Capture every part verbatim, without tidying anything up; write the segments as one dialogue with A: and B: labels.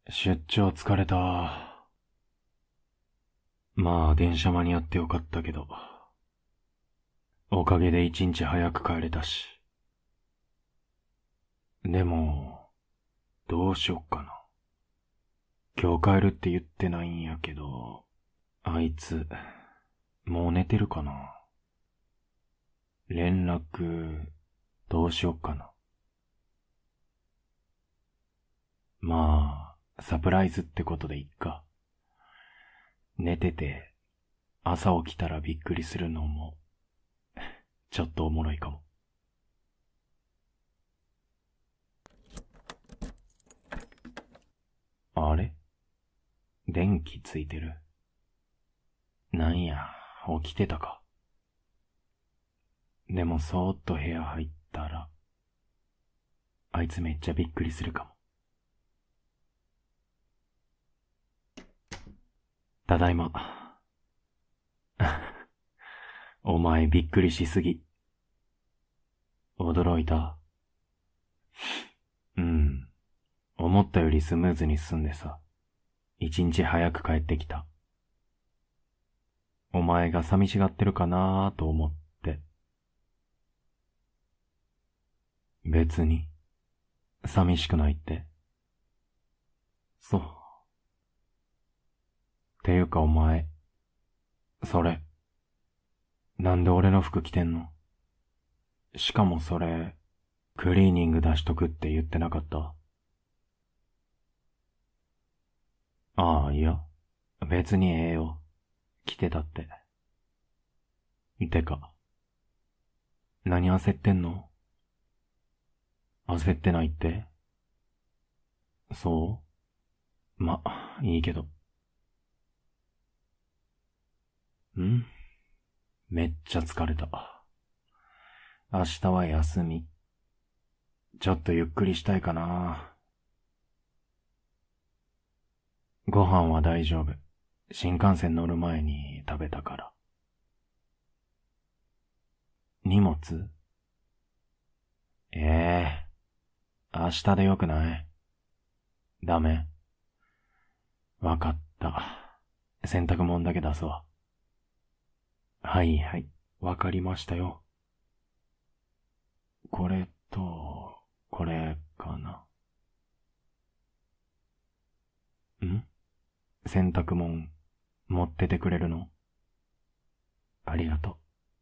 A: 出張疲れた。まあ電車間に合ってよかったけど、おかげで一日早く帰れたし。でも、どうしよっかな。今日帰るって言ってないんやけど、あいつ、もう寝てるかな。連絡、どうしよっかな。まあ、サプライズってことでいっか。寝てて、朝起きたらびっくりするのも、ちょっとおもろいかも。あれ？電気ついてる。なんや、起きてたか。でもそーっと部屋入ったら、あいつめっちゃびっくりするかも。ただいま。お前びっくりしすぎ。驚いた。うん。思ったよりスムーズに進んでさ、一日早く帰ってきた。お前が寂しがってるかなーと思って。別に、寂しくないって。そう。ていうかお前、それ、なんで俺の服着てんの？しかもそれ、クリーニング出しとくって言ってなかった？ああ、いや、別にええよ。着てたって。てか、何焦ってんの？焦ってないって？そう？ま、いいけど。ん？めっちゃ疲れた。明日は休み。ちょっとゆっくりしたいかな。ご飯は大丈夫。新幹線乗る前に食べたから。荷物？ええー、明日でよくない？ダメ？わかった。洗濯物だけ出すわ。はいはい、わかりましたよ。これと、これかな。ん？洗濯物、持っててくれるの？ありがと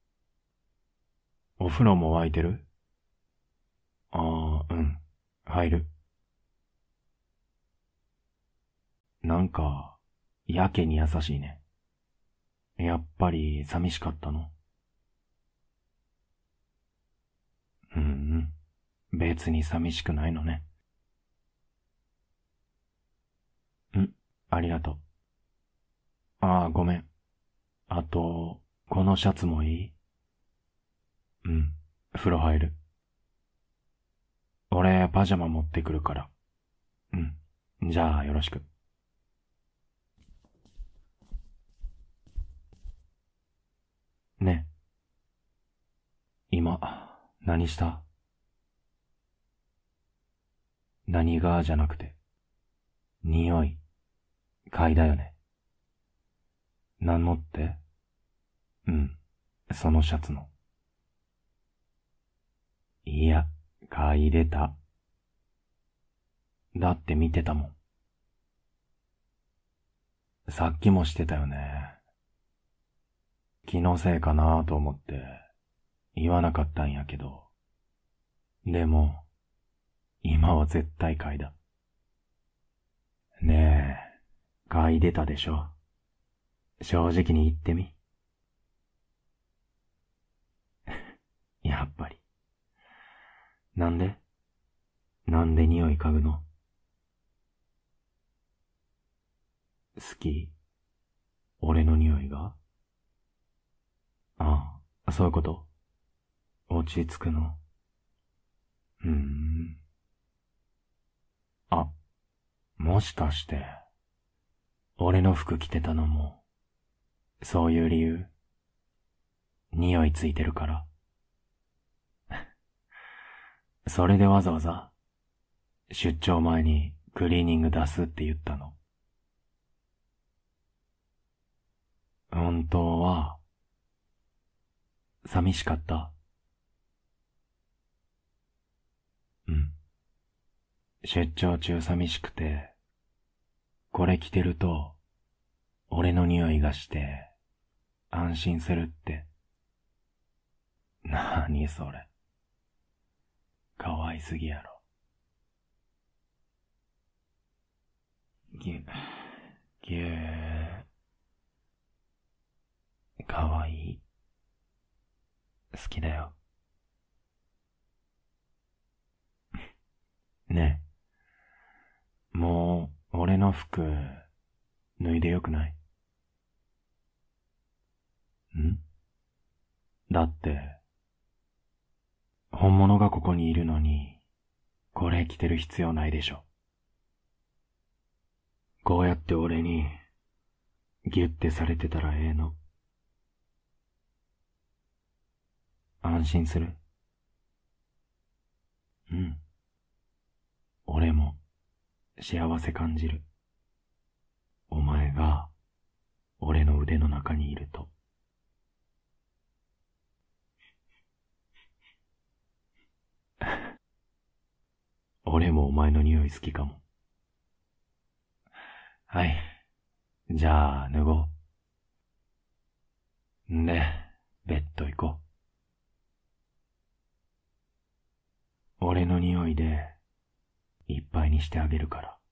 A: う。お風呂も沸いてる？ああ、うん。入る。なんか、やけに優しいね。やっぱり寂しかったの？うん、別に寂しくないのね。ん、ありがとう。ああ、ごめん。あと、このシャツもいい？うん、風呂入る。俺、パジャマ持ってくるから。うん、じゃあよろしく。ね。今、何した？何がじゃなくて、匂い、嗅いだよね。何のって？うん、そのシャツの。いや、嗅いでた。だって見てたもん。さっきもしてたよね。気のせいかなと思って言わなかったんやけど。でも、今は絶対嗅いだ。ねえ、嗅いでたでしょ。正直に言ってみ。やっぱり。なんで？なんで匂い嗅ぐの？好き？俺の匂いが？ああ、そういうこと。落ち着くの？うーん。あ、もしかして、俺の服着てたのも、そういう理由？匂いついてるから。それでわざわざ、出張前にクリーニング出すって言ったの。本当は、寂しかった。うん。出張中寂しくて、これ着てると、俺の匂いがして、安心するって。なにそれ。かわいすぎやろ。ぎゅ、ぎゅー。かわいい。好きだよ。ねえ、もう、俺の服、脱いでよくない？ん？だって、本物がここにいるのに、これ着てる必要ないでしょ。こうやって俺に、ギュッてされてたらええの。安心する？うん。俺も、幸せ感じる。お前が、俺の腕の中にいると。俺もお前の匂い好きかも。はい。じゃあ、脱ごう。んで、ベッド行こう。俺の匂いで、いっぱいにしてあげるから。